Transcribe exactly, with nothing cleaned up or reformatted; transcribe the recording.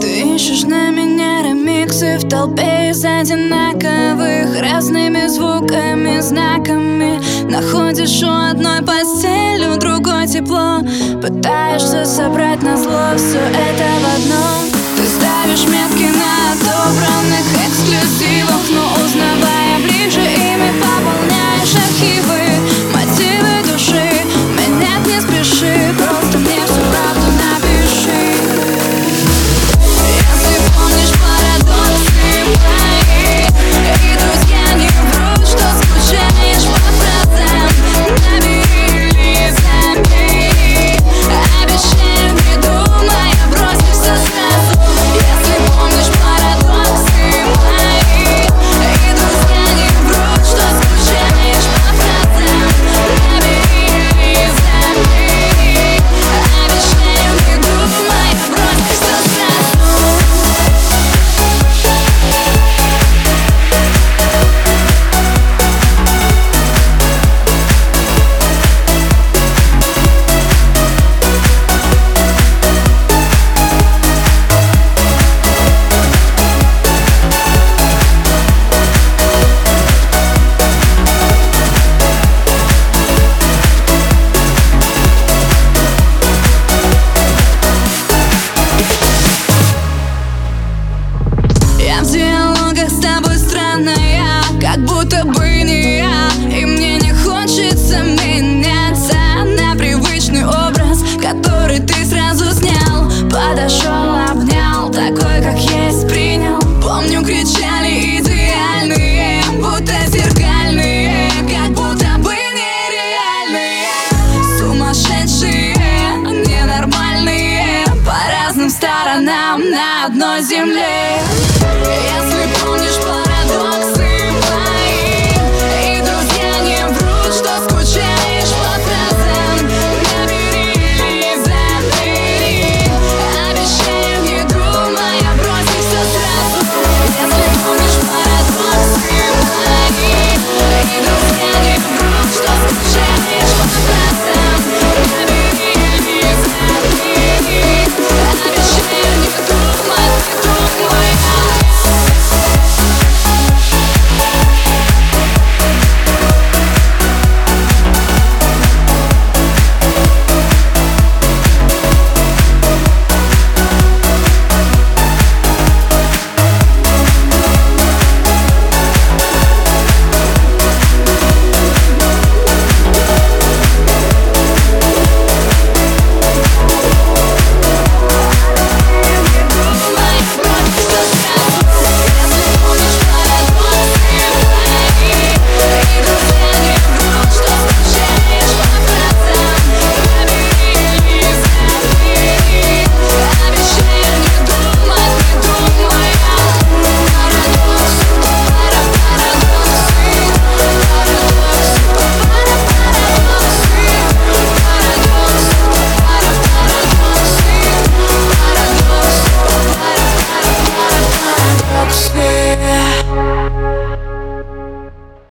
Ты ищешь на меня ремиксы в толпе из одинаковых, разными звуками, знаками. Находишь у одной постели, у другой тепло. Пытаешься собрать назло все это в одном. Ты ставишь метки на отобранных эксклюзивах, но узнавая ближе, ими пополняешь архивы. Мотивы души, менять не спеши, просто мне всю правду напиши. Если помнишь парадоксы мои, и друзья не врут, что скучаешь по фразам, набери или забей. Обещаю, не думай, брось все сразу. Если помнишь парадоксы мои, и друзья не врут, что скучаешь по фразам, набери или забей. Обещаю, не думай, брось все сразу. Я в диалогах с тобой странная, как будто бы не я. И мне не хочется меняться на привычный образ, который ты сразу снял. Подошел, обнял, такой как есть принял. Помню, кричали идеальные, будто зеркальные, как будто бы нереальные. Сумасшедшие, ненормальные, по разным сторонам на одной земле. Если